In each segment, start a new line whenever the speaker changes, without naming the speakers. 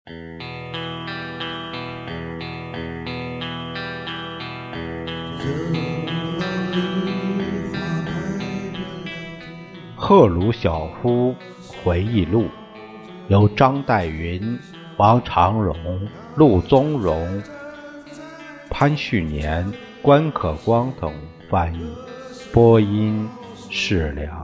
赫鲁晓夫回忆录由张岱云、王长荣、陆宗荣、潘旭年、关可光等翻译，播音释了。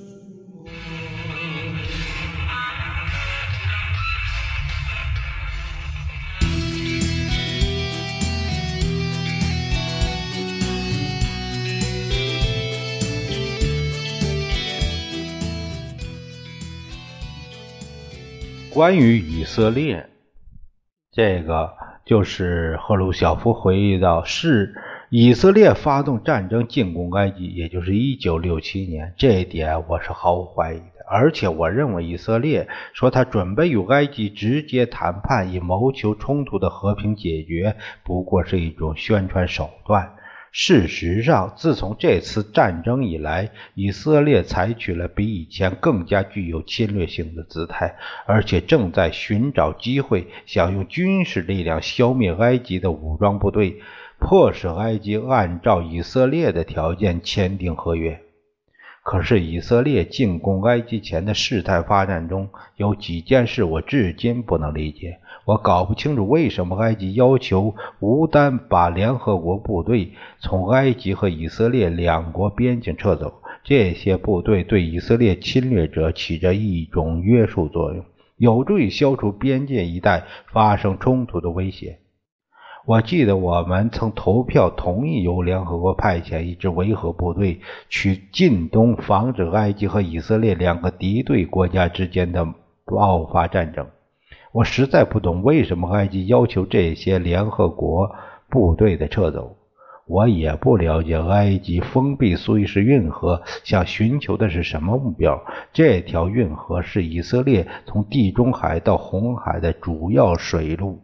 关于以色列，这个就是赫鲁晓夫回忆到，是以色列发动战争进攻埃及，也就是1967年，这一点我是毫无怀疑的。而且我认为以色列说他准备与埃及直接谈判以谋求冲突的和平解决，不过是一种宣传手段。事实上，自从这次战争以来，以色列采取了比以前更加具有侵略性的姿态，而且正在寻找机会，想用军事力量消灭埃及的武装部队，迫使埃及按照以色列的条件签订合约。可是以色列进攻埃及前的事态发展中，有几件事我至今不能理解。我搞不清楚为什么埃及要求无丹把联合国部队从埃及和以色列两国边境撤走，这些部队对以色列侵略者起着一种约束作用，有助于消除边界一带发生冲突的威胁。我记得我们曾投票同意由联合国派遣一支维和部队去近东，防止埃及和以色列两个敌对国家之间的爆发战争。我实在不懂为什么埃及要求这些联合国部队的撤走。我也不了解埃及封闭苏伊士运河想寻求的是什么目标。这条运河是以色列从地中海到红海的主要水路。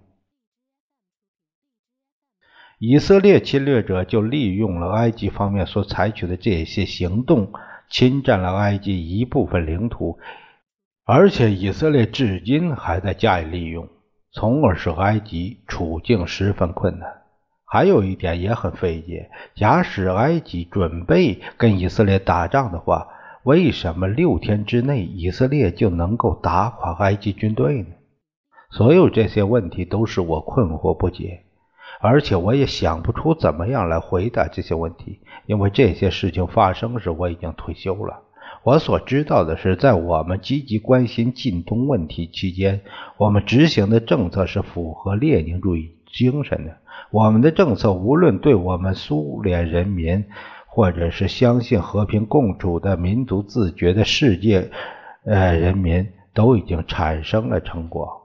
以色列侵略者就利用了埃及方面所采取的这些行动，侵占了埃及一部分领土，而且以色列至今还在加以利用，从而使埃及处境十分困难。还有一点也很费解，假使埃及准备跟以色列打仗的话，为什么6天之内以色列就能够打垮埃及军队呢？所有这些问题都是我困惑不解，而且我也想不出怎么样来回答这些问题，因为这些事情发生时我已经退休了。我所知道的是，在我们积极关心近东问题期间，我们执行的政策是符合列宁主义精神的。我们的政策无论对我们苏联人民，或者是相信和平共处的民族自觉的世界人民，都已经产生了成果。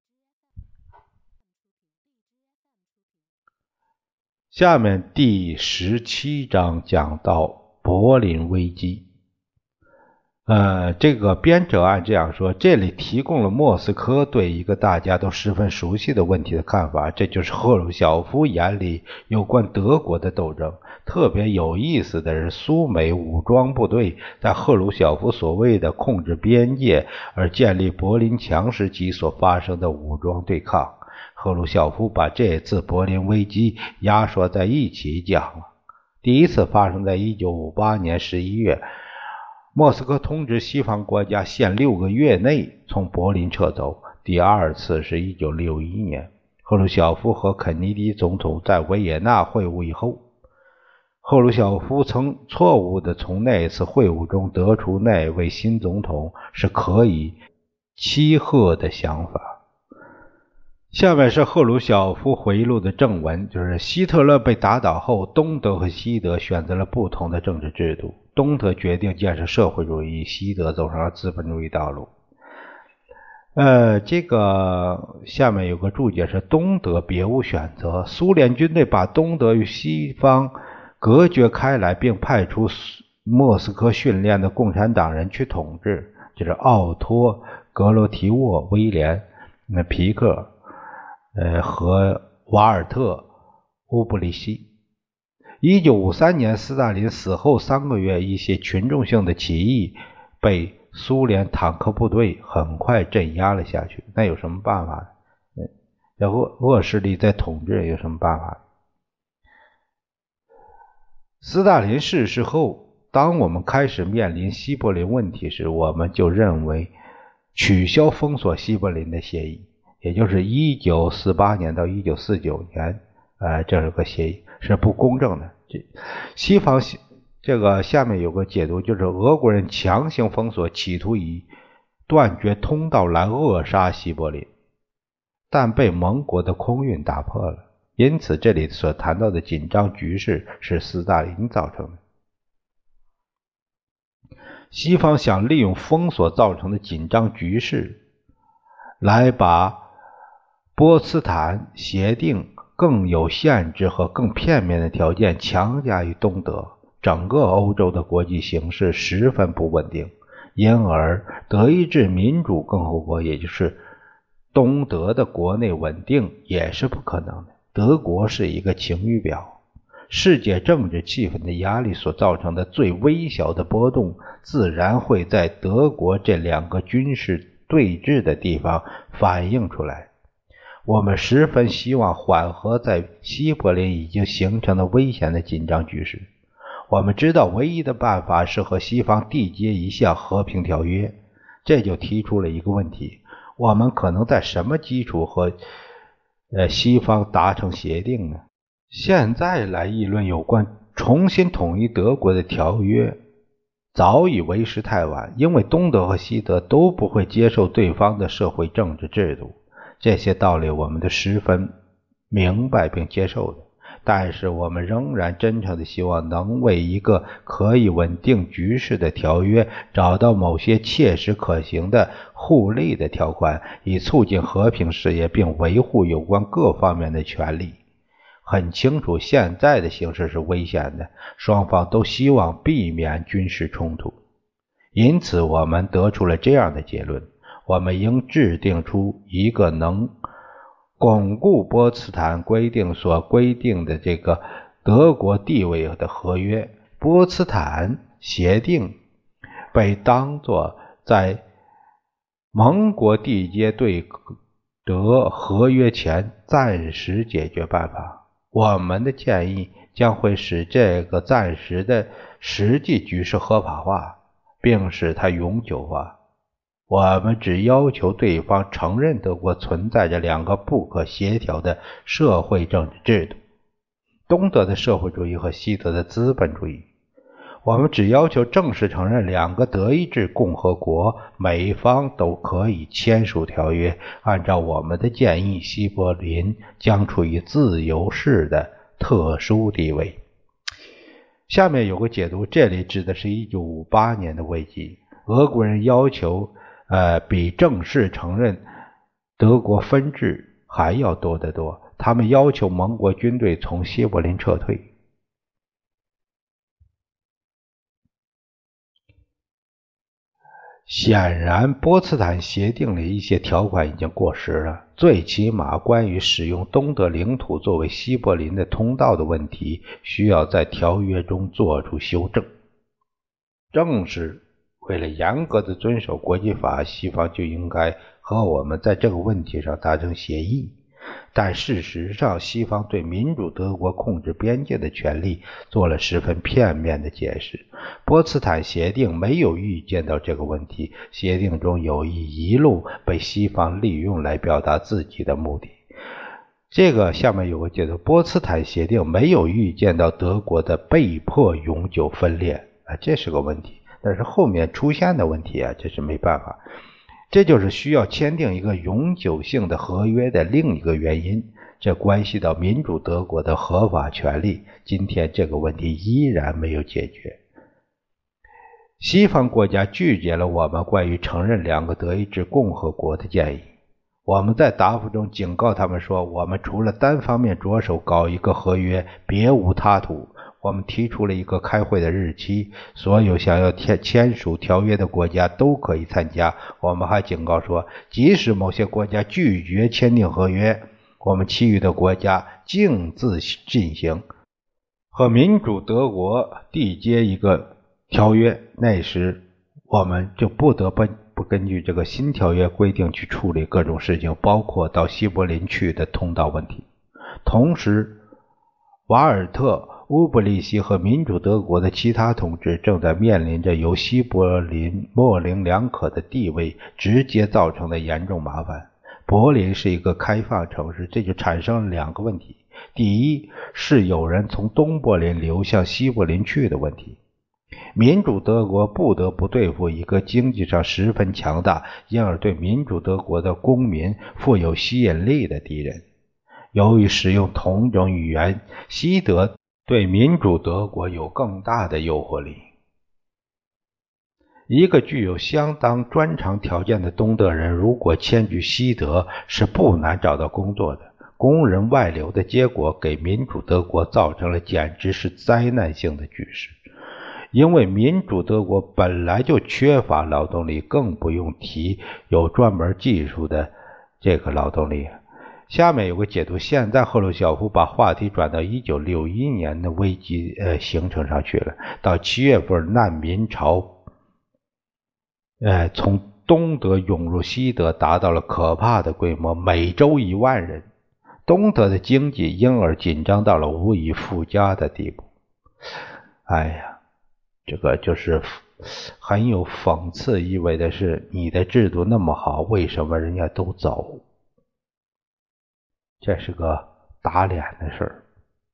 下面第17章讲到柏林危机。这个编者按这样说，这里提供了莫斯科对一个大家都十分熟悉的问题的看法，这就是赫鲁晓夫眼里有关德国的斗争。特别有意思的是，苏美武装部队在赫鲁晓夫所谓的控制边界而建立柏林墙时期所发生的武装对抗。赫鲁晓夫把这次柏林危机压缩在一起讲了。第一次发生在1958年11月，莫斯科通知西方国家限6个月内从柏林撤走。第二次是1961年，赫鲁晓夫和肯尼迪总统在维也纳会晤以后，赫鲁晓夫曾错误地从那次会晤中得出那位新总统是可以欺吓的想法。下面是赫鲁晓夫回忆录的正文，就是希特勒被打倒后，东德和西德选择了不同的政治制度。东德决定建设社会主义，西德走上了资本主义道路。这个下面有个注解是东德别无选择，苏联军队把东德与西方隔绝开来，并派出莫斯科训练的共产党人去统治，就是奥托·格罗提沃、威廉·皮克和瓦尔特·乌布里希。1953年斯大林死后3个月，一些群众性的起义被苏联坦克部队很快镇压了下去。那有什么办法呢？ 这恶势力在统治有什么办法？斯大林逝世后，当我们开始面临西柏林问题时，我们就认为取消封锁西柏林的协议，也就是1948年到1949年这个协议是不公正的。西方这个下面有个解读，就是俄国人强行封锁，企图以断绝通道来扼杀西柏林，但被盟国的空运打破了。因此这里所谈到的紧张局势是斯大林造成的。西方想利用封锁造成的紧张局势来把波茨坦协定更有限制和更片面的条件强加于东德。整个欧洲的国际形势十分不稳定，因而德意志民主共和国，也就是东德的国内稳定也是不可能的。德国是一个晴雨表，世界政治气氛的压力所造成的最微小的波动，自然会在德国这两个军事对峙的地方反映出来。我们十分希望缓和在西柏林已经形成的危险的紧张局势。我们知道唯一的办法是和西方缔结一项和平条约，这就提出了一个问题：我们可能在什么基础和西方达成协定呢？现在来议论有关重新统一德国的条约，早已为时太晚，因为东德和西德都不会接受对方的社会政治制度。这些道理我们都十分明白并接受的，但是我们仍然真诚地希望能为一个可以稳定局势的条约找到某些切实可行的互利的条款，以促进和平事业并维护有关各方面的权利。很清楚，现在的形势是危险的，双方都希望避免军事冲突。因此我们得出了这样的结论：我们应制定出一个能巩固波茨坦规定所规定的这个德国地位的合约。波茨坦协定被当作在盟国缔结对德合约前暂时解决办法。我们的建议将会使这个暂时的实际局势合法化，并使它永久化。我们只要求对方承认德国存在着两个不可协调的社会政治制度，东德的社会主义和西德的资本主义。我们只要求正式承认两个德意志共和国，每方都可以签署条约。按照我们的建议，西柏林将处于自由市的特殊地位。下面有个解读，这里指的是1958年的危机。俄国人要求比正式承认德国分治还要多得多，他们要求盟国军队从西柏林撤退。显然波茨坦协定的一些条款已经过时了，最起码关于使用东德领土作为西柏林的通道的问题需要在条约中做出修正。正是为了严格的遵守国际法，西方就应该和我们在这个问题上达成协议。但事实上，西方对民主德国控制边界的权利做了十分片面的解释。波茨坦协定没有预见到这个问题，协定中有意一路被西方利用来表达自己的目的。这个下面有个解读，波茨坦协定没有预见到德国的被迫永久分裂这是个问题。但是后面出现的问题这是没办法。这就是需要签订一个永久性的合约的另一个原因，这关系到民主德国的合法权利。今天这个问题依然没有解决。西方国家拒绝了我们关于承认两个德意志共和国的建议。我们在答复中警告他们说，我们除了单方面着手搞一个合约，别无他途。我们提出了一个开会的日期，所有想要签署条约的国家都可以参加。我们还警告说，即使某些国家拒绝签订合约，我们其余的国家径自进行，和民主德国缔结一个条约，那时我们就不得不不根据这个新条约规定去处理各种事情，包括到西柏林去的通道问题。同时，瓦尔特·乌布利希和民主德国的其他同志正在面临着由西柏林模棱两可的地位直接造成的严重麻烦。柏林是一个开放城市，这就产生了两个问题。第一，是有人从东柏林流向西柏林去的问题。民主德国不得不对付一个经济上十分强大，因而对民主德国的公民富有吸引力的敌人。由于使用同种语言，西德对民主德国有更大的诱惑力。一个具有相当专长条件的东德人如果迁居西德，是不难找到工作的。工人外流的结果给民主德国造成了简直是灾难性的局势。因为民主德国本来就缺乏劳动力，更不用提有专门技术的这个劳动力。下面有个解读，现在赫鲁晓夫把话题转到1961年的危机形成上去了。到7月份，难民潮从东德涌入西德，达到了可怕的规模，每周1万人。东德的经济因而紧张到了无以复加的地步。哎呀，这个就是很有讽刺意味的是，你的制度那么好，为什么人家都走？这是个打脸的事儿。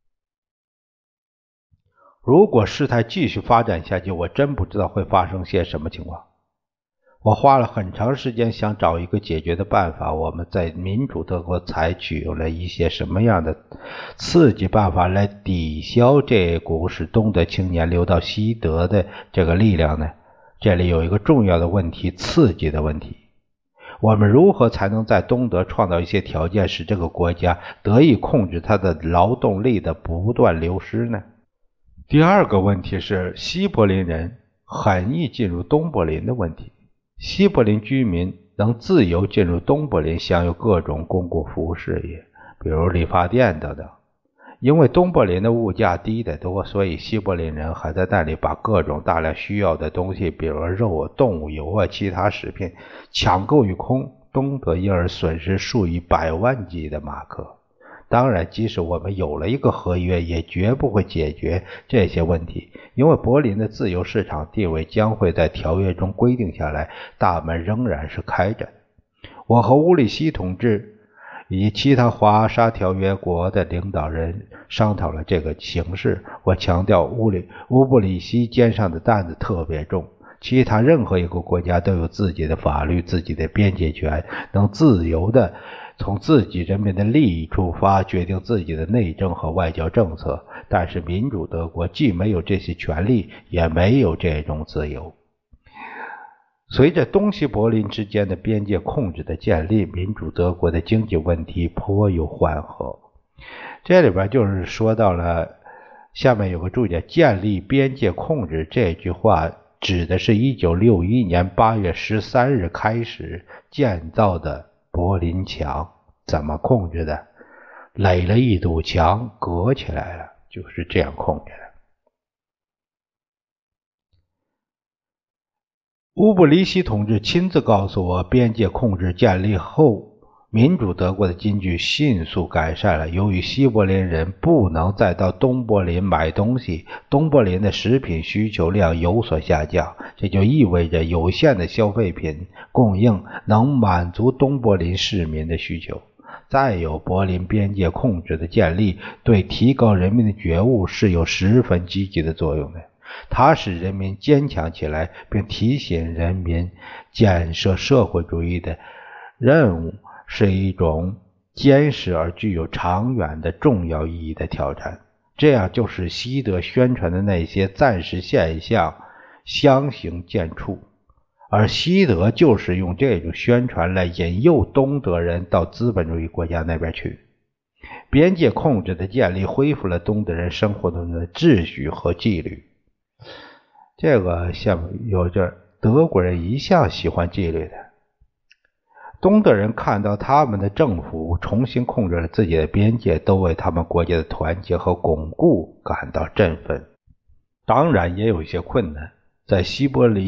如果事态继续发展下去，我真不知道会发生些什么情况。我花了很长时间想找一个解决的办法。我们在民主德国采取了一些什么样的刺激办法来抵消这股使东德青年流到西德的这个力量呢？这里有一个重要的问题，刺激的问题。我们如何才能在东德创造一些条件，使这个国家得以控制它的劳动力的不断流失呢？第二个问题是西柏林人很易进入东柏林的问题。西柏林居民能自由进入东柏林，享有各种公共服务事业，比如理发店等等。因为东柏林的物价低得多，所以西柏林人还在那里把各种大量需要的东西，比如肉、动物油其他食品抢购一空。东德因而损失数以百万计的马克。当然，即使我们有了一个合约，也绝不会解决这些问题，因为柏林的自由市场地位将会在条约中规定下来，大门仍然是开着的。我和乌里希同志以及其他华沙条约国的领导人商讨了这个形势。我强调乌布里希肩上的担子特别重，其他任何一个国家都有自己的法律、自己的边界权，能自由的从自己人民的利益出发，决定自己的内政和外交政策。但是民主德国既没有这些权利，也没有这种自由。随着东西柏林之间的边界控制的建立，民主德国的经济问题颇有缓和。这里边就是说到了，下面有个注解，建立边界控制这句话指的是1961年8月13日开始建造的柏林墙。怎么控制的？垒了一堵墙，隔起来了，就是这样控制的。乌布里希同志亲自告诉我，边界控制建立后，民主德国的经济迅速改善了。由于西柏林人不能再到东柏林买东西，东柏林的食品需求量有所下降，这就意味着有限的消费品供应能满足东柏林市民的需求。再有，柏林边界控制的建立对提高人民的觉悟是有十分积极的作用的。它使人民坚强起来，并提醒人民建设社会主义的任务是一种坚实而具有长远的重要意义的挑战。这样就使西德宣传的那些暂时现象相形见绌，而西德就是用这种宣传来引诱东德人到资本主义国家那边去。边界控制的建立恢复了东德人生活中的秩序和纪律。这个下面有这德国人一向喜欢纪律的。东德人看到他们的政府重新控制了自己的边界，都为他们国家的团结和巩固感到振奋。当然也有一些困难。在西柏林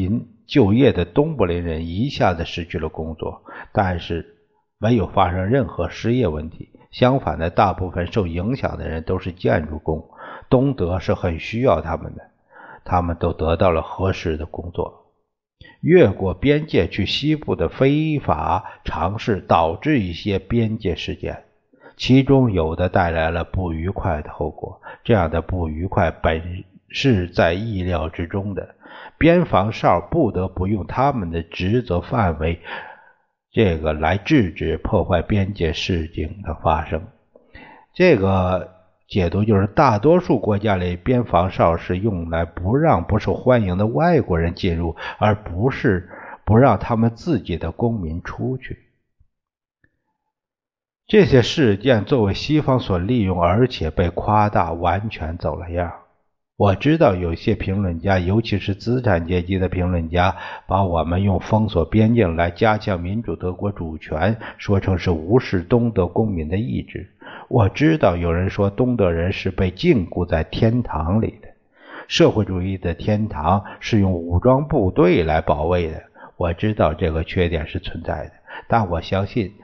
就业的东柏林人一下子失去了工作，但是没有发生任何失业问题。相反的，大部分受影响的人都是建筑工，东德是很需要他们的，他们都得到了合适的工作。越过边界去西部的非法尝试导致一些边界事件，其中有的带来了不愉快的后果，这样的不愉快本是在意料之中的。边防哨不得不用他们的职责范围来制止破坏边界事情的发生。这个解读就是大多数国家里边防哨是用来不让不受欢迎的外国人进入，而不是不让他们自己的公民出去。这些事件作为西方所利用，而且被夸大，完全走了样。我知道有些评论家，尤其是资产阶级的评论家，把我们用封锁边境来加强民主德国主权说成是无视东德公民的意志。我知道有人说东德人是被禁锢在天堂里的，社会主义的天堂是用武装部队来保卫的。我知道这个缺点是存在的，但我相信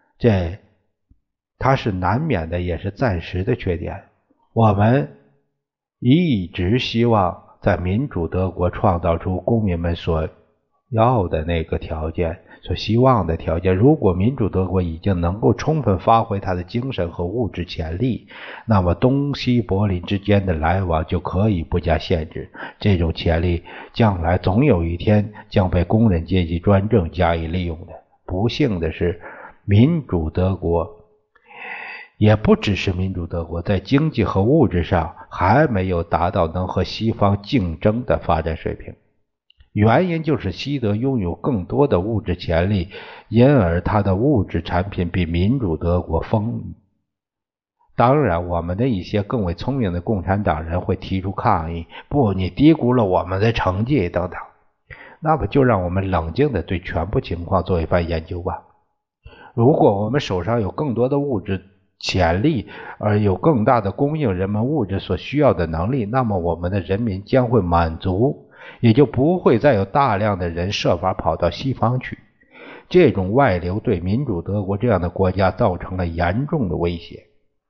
它是难免的，也是暂时的缺点。我们一直希望在民主德国创造出公民们所要的那个条件，所希望的条件。如果民主德国已经能够充分发挥它的精神和物质潜力，那么东西柏林之间的来往就可以不加限制。这种潜力将来总有一天将被工人阶级专政加以利用的。不幸的是，民主德国也不只是民主德国，在经济和物质上还没有达到能和西方竞争的发展水平。原因就是西德拥有更多的物质潜力，因而它的物质产品比民主德国丰裕。当然，我们的一些更为聪明的共产党人会提出抗议，不，你低估了我们的成绩等等。那么就让我们冷静地对全部情况做一番研究吧。如果我们手上有更多的物质潜力，而有更大的供应人们物质所需要的能力，那么我们的人民将会满足，也就不会再有大量的人设法跑到西方去。这种外流对民主德国这样的国家造成了严重的威胁。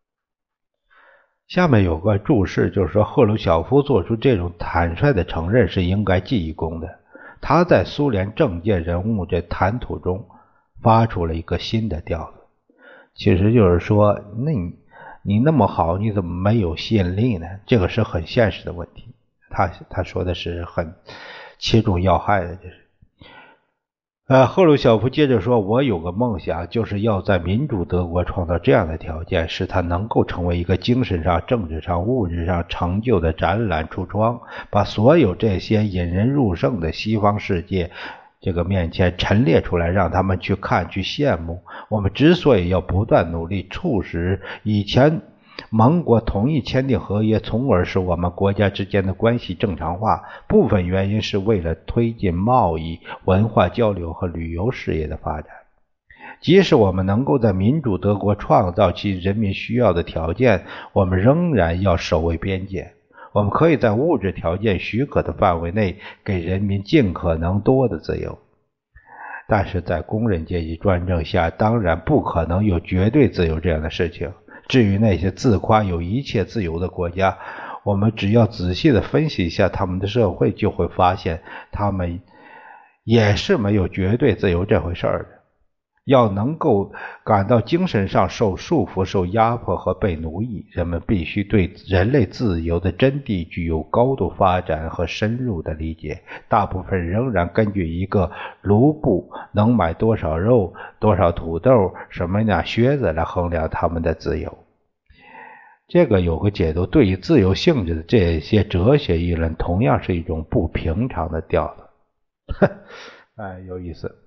下面有个注释，就是说赫鲁晓夫做出这种坦率的承认是应该记一功的。他在苏联政界人物这谈吐中发出了一个新的调子，其实就是说，你那么好，你怎么没有吸引力呢？这个是很现实的问题。他说的是很切中要害的，这是。赫鲁晓夫接着说，我有个梦想，就是要在民主德国创造这样的条件，使它能够成为一个精神上、政治上、物质上成就的展览橱窗，把所有这些引人入胜的西方世界面前陈列出来，让他们去看，去羡慕。我们之所以要不断努力，促使以前盟国同意签订合约，从而使我们国家之间的关系正常化，部分原因是为了推进贸易、文化交流和旅游事业的发展。即使我们能够在民主德国创造其人民需要的条件，我们仍然要守卫边界。我们可以在物质条件许可的范围内给人民尽可能多的自由，但是在工人阶级专政下，当然不可能有绝对自由这样的事情。至于那些自夸有一切自由的国家，我们只要仔细地分析一下他们的社会，就会发现他们也是没有绝对自由这回事儿的。要能够感到精神上受束缚、受压迫和被奴役，人们必须对人类自由的真谛具有高度发展和深入的理解。大部分仍然根据一个卢布能买多少肉、多少土豆、什么样靴子来衡量他们的自由。这个有个解读，对于自由性质的这些哲学议论，同样是一种不平常的调子。有意思。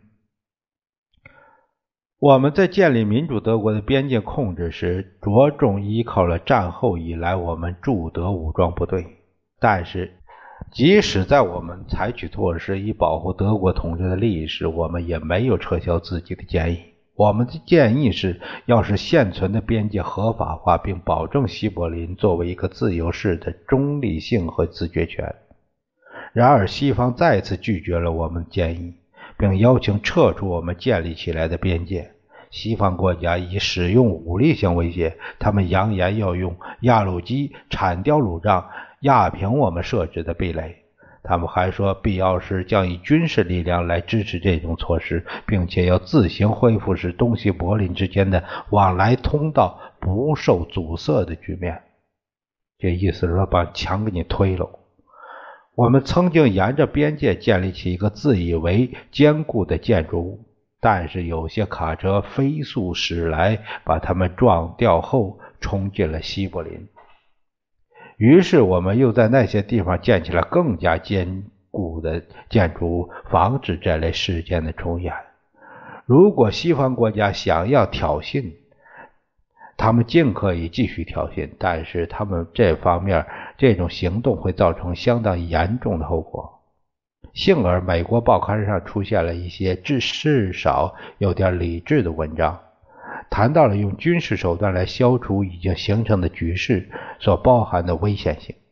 我们在建立民主德国的边界控制时，着重依靠了战后以来我们驻德武装部队。但是，即使在我们采取措施以保护德国统治的利益时，我们也没有撤销自己的建议。我们的建议是要使现存的边界合法化，并保证西柏林作为一个自由市的中立性和自决权。 然而西方再次拒绝了我们的建议，并邀请撤出我们建立起来的边界。西方国家以使用武力相威胁，他们扬言要用压路机铲掉路障，压平我们设置的壁垒。他们还说必要时将以军事力量来支持这种措施，并且要自行恢复使东西柏林之间的往来通道不受阻塞的局面。这意思是说把墙给你推了。我们曾经沿着边界建立起一个自以为坚固的建筑物，但是有些卡车飞速驶来，把它们撞掉后冲进了西柏林。于是我们又在那些地方建起了更加坚固的建筑物，防止这类事件的重演。如果西方国家想要挑衅，他们尽可以继续挑衅，但是他们这方面这种行动会造成相当严重的后果。幸而美国报刊上出现了一些至少有点理智的文章，谈到了用军事手段来消除已经形成的局势所包含的危险性。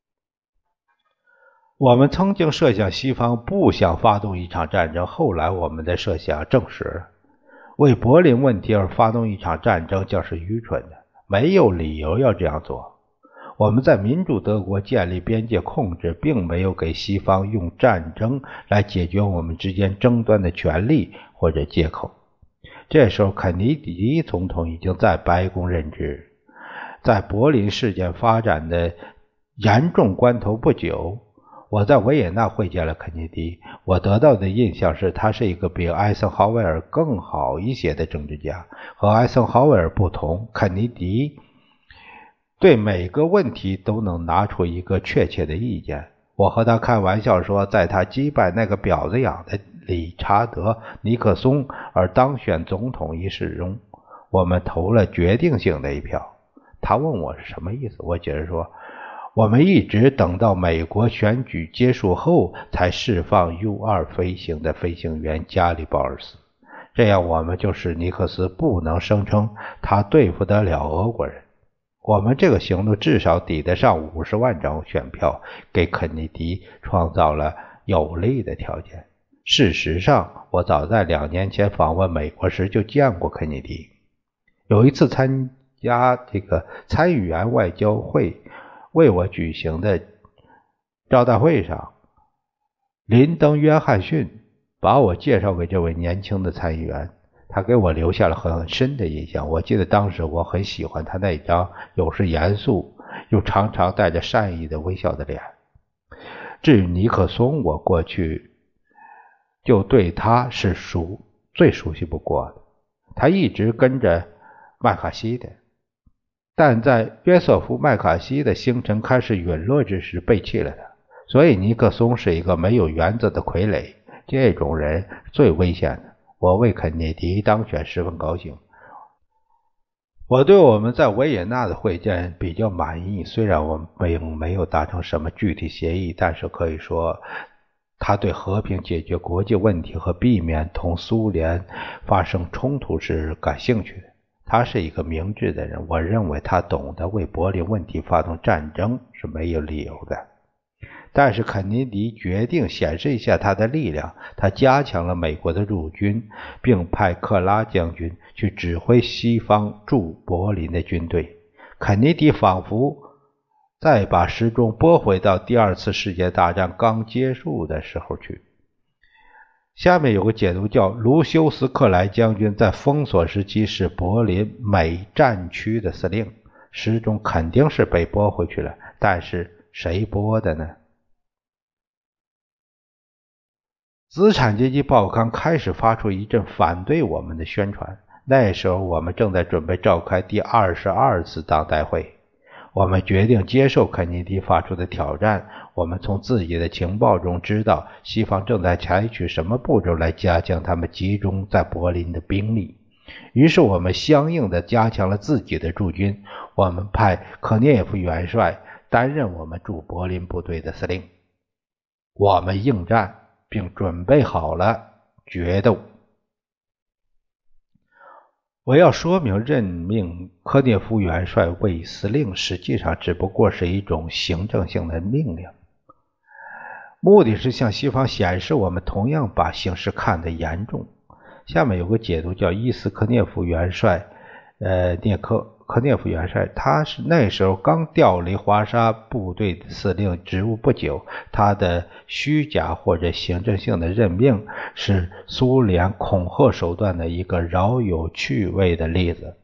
我们曾经设想西方不想发动一场战争，后来我们的设想证实了。为柏林问题而发动一场战争就是愚蠢的，没有理由要这样做。我们在民主德国建立边界控制，并没有给西方用战争来解决我们之间争端的权利或者借口。这时候肯尼迪总统已经在白宫任职，在柏林事件发展的严重关头不久，我在维也纳会见了肯尼迪，我得到的印象是他是一个比艾森豪威尔更好一些的政治家。和艾森豪威尔不同，肯尼迪对每个问题都能拿出一个确切的意见。我和他开玩笑说，在他击败那个婊子养的理查德·尼克松而当选总统一事中，我们投了决定性的一票。他问我是什么意思，我解释说，我们一直等到美国选举结束后才释放 U-2 飞行的飞行员加里·鲍尔斯，这样我们就使尼克斯不能声称他对付得了俄国人。我们这个行动至少抵得上50万张选票，给肯尼迪创造了有利的条件。事实上，我早在2年前访问美国时就见过肯尼迪。有一次参加这个参议员外交会为我举行的招待会上，林登·约翰逊把我介绍给这位年轻的参议员，他给我留下了很深的印象。我记得当时我很喜欢他那张有时严肃又常常带着善意的微笑的脸。至于尼克松，我过去就对他是最熟悉不过的，他一直跟着麦卡锡的，但在约瑟夫·麦卡锡的星辰开始陨落之时背弃了他，所以尼克松是一个没有原则的傀儡，这种人最危险的。我为肯尼迪当选十分高兴。我对我们在维也纳的会见比较满意，虽然我们并没有达成什么具体协议，但是可以说他对和平解决国际问题和避免同苏联发生冲突是感兴趣的。他是一个明智的人，我认为他懂得为柏林问题发动战争是没有理由的。但是肯尼迪决定显示一下他的力量，他加强了美国的驻军，并派克拉将军去指挥西方驻柏林的军队。肯尼迪仿佛再把时钟拨回到第二次世界大战刚结束的时候去。下面有个解读叫卢修斯·克莱将军在封锁时期是柏林美战区的司令，时钟肯定是被拨回去了，但是谁拨的呢？资产阶级报刊开始发出一阵反对我们的宣传，那时候我们正在准备召开第22次党代会。我们决定接受肯尼迪发出的挑战。我们从自己的情报中知道西方正在采取什么步骤来加强他们集中在柏林的兵力，于是我们相应的加强了自己的驻军。我们派科涅夫元帅担任我们驻柏林部队的司令。我们应战并准备好了决斗。我要说明，任命科涅夫元帅为司令实际上只不过是一种行政性的命令。 目的是向西方显示我们同样把形势看得严重。下面有个解读叫伊斯科涅夫元帅，科涅夫元帅，他是那时候刚调离华沙部队的司令职务不久，他的虚假或者行政性的任命是苏联恐吓手段的一个饶有趣味的例子。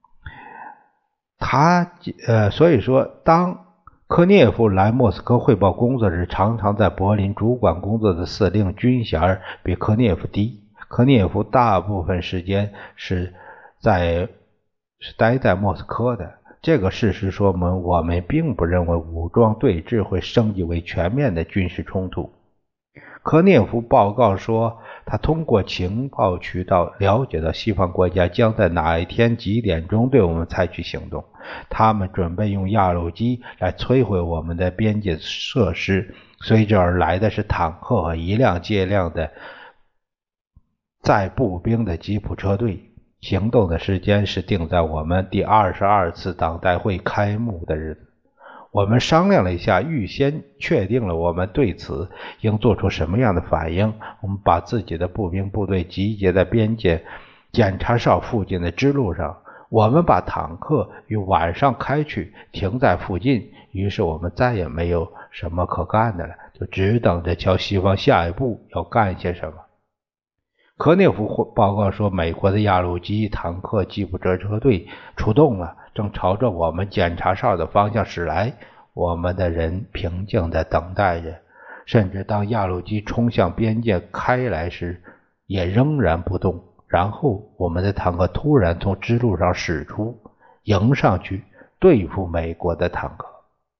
所以说，当科涅夫来莫斯科汇报工作时，常常在柏林主管工作的司令军衔比科涅夫低。科涅夫大部分时间是待在莫斯科的。这个事实说明，我们并不认为武装对峙会升级为全面的军事冲突。科涅夫报告说，他通过情报渠道了解到西方国家将在哪一天几点钟对我们采取行动，他们准备用压路机来摧毁我们的边界设施，随之而来的是坦克和一辆接一辆的载步兵的吉普车队。行动的时间是定在我们第22次党代会开幕的日子。我们商量了一下，预先确定了我们对此应做出什么样的反应。我们把自己的步兵部队集结在边界检查哨附近的支路上，我们把坦克于晚上开去，停在附近。于是我们再也没有什么可干的了，就只等着瞧西方下一步要干些什么。科涅夫报告说，美国的压路机、坦克、吉普车车队出动了，正朝着我们检查哨的方向驶来。我们的人平静地等待着，甚至当压路机冲向边界开来时，也仍然不动。然后我们的坦克突然从支路上驶出，迎上去对付美国的坦克。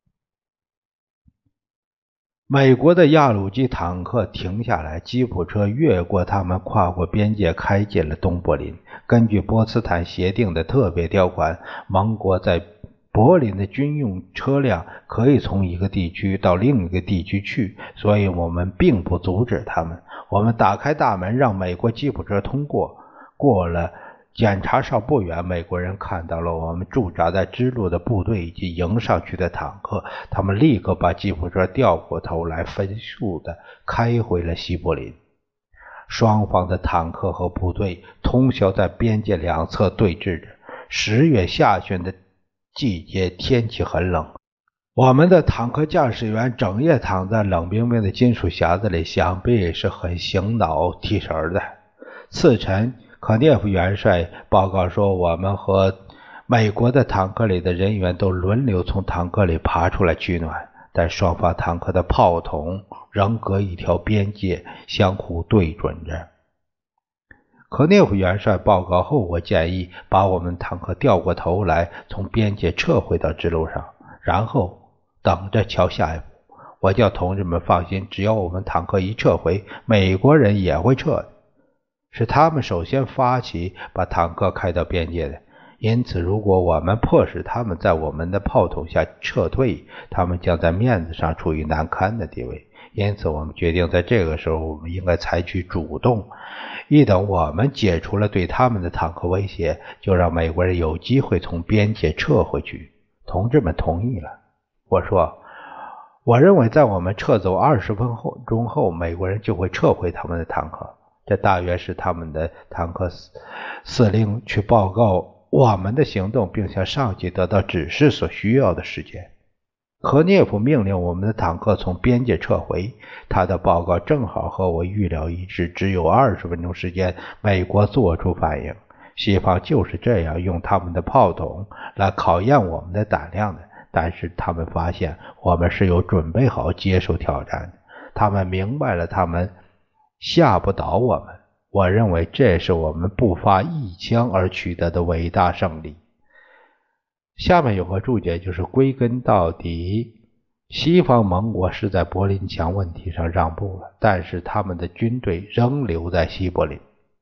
美国的压路机坦克停下来，吉普车越过他们，跨过边界，开进了东柏林。根据波茨坦协定的特别条款，盟国在柏林的军用车辆可以从一个地区到另一个地区去，所以我们并不阻止他们。我们打开大门，让美国吉普车通过。过了检查哨不远，美国人看到了我们驻扎在支路的部队以及迎上去的坦克，他们立刻把吉普车调过头来，飞速地开回了西柏林。双方的坦克和部队通宵在边界两侧对峙着。10月下旬的季节，天气很冷，我们的坦克驾驶员整夜躺在冷冰冰的金属匣子里，想必是很醒脑提神的。次晨，科涅夫元帅报告说，我们和美国的坦克里的人员都轮流从坦克里爬出来取暖，但双方坦克的炮筒仍隔一条边界，相互对准着。科涅夫元帅报告后，我建议把我们坦克调过头来，从边界撤回到支路上，然后等着瞧下一步。我叫同志们放心，只要我们坦克一撤回，美国人也会撤的。是他们首先发起把坦克开到边界的，因此如果我们迫使他们在我们的炮筒下撤退，他们将在面子上处于难堪的地位。因此我们决定在这个时候我们应该采取主动，一等我们解除了对他们的坦克威胁，就让美国人有机会从边界撤回去。同志们同意了。我说，我认为在我们撤走20分钟后，美国人就会撤回他们的坦克。这大约是他们的坦克司令去报告我们的行动，并向上级得到指示所需要的时间。科涅夫命令我们的坦克从边界撤回，他的报告正好和我预料一致，只有20分钟时间，美国做出反应。西方就是这样用他们的炮筒来考验我们的胆量的，但是他们发现我们是有准备好接受挑战的，他们明白了他们吓不倒我们。我认为这是我们不发一枪而取得的伟大胜利。下面有个注解，就是归根到底，西方盟国是在柏林墙问题上让步了，但是他们的军队仍留在西柏林。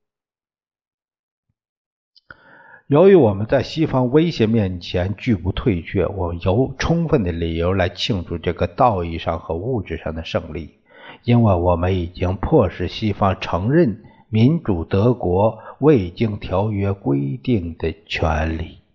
由于我们在西方威胁面前拒不退却，我们有充分的理由来庆祝这个道义上和物质上的胜利，因为我们已经迫使西方承认民主德国未经条约规定的权利。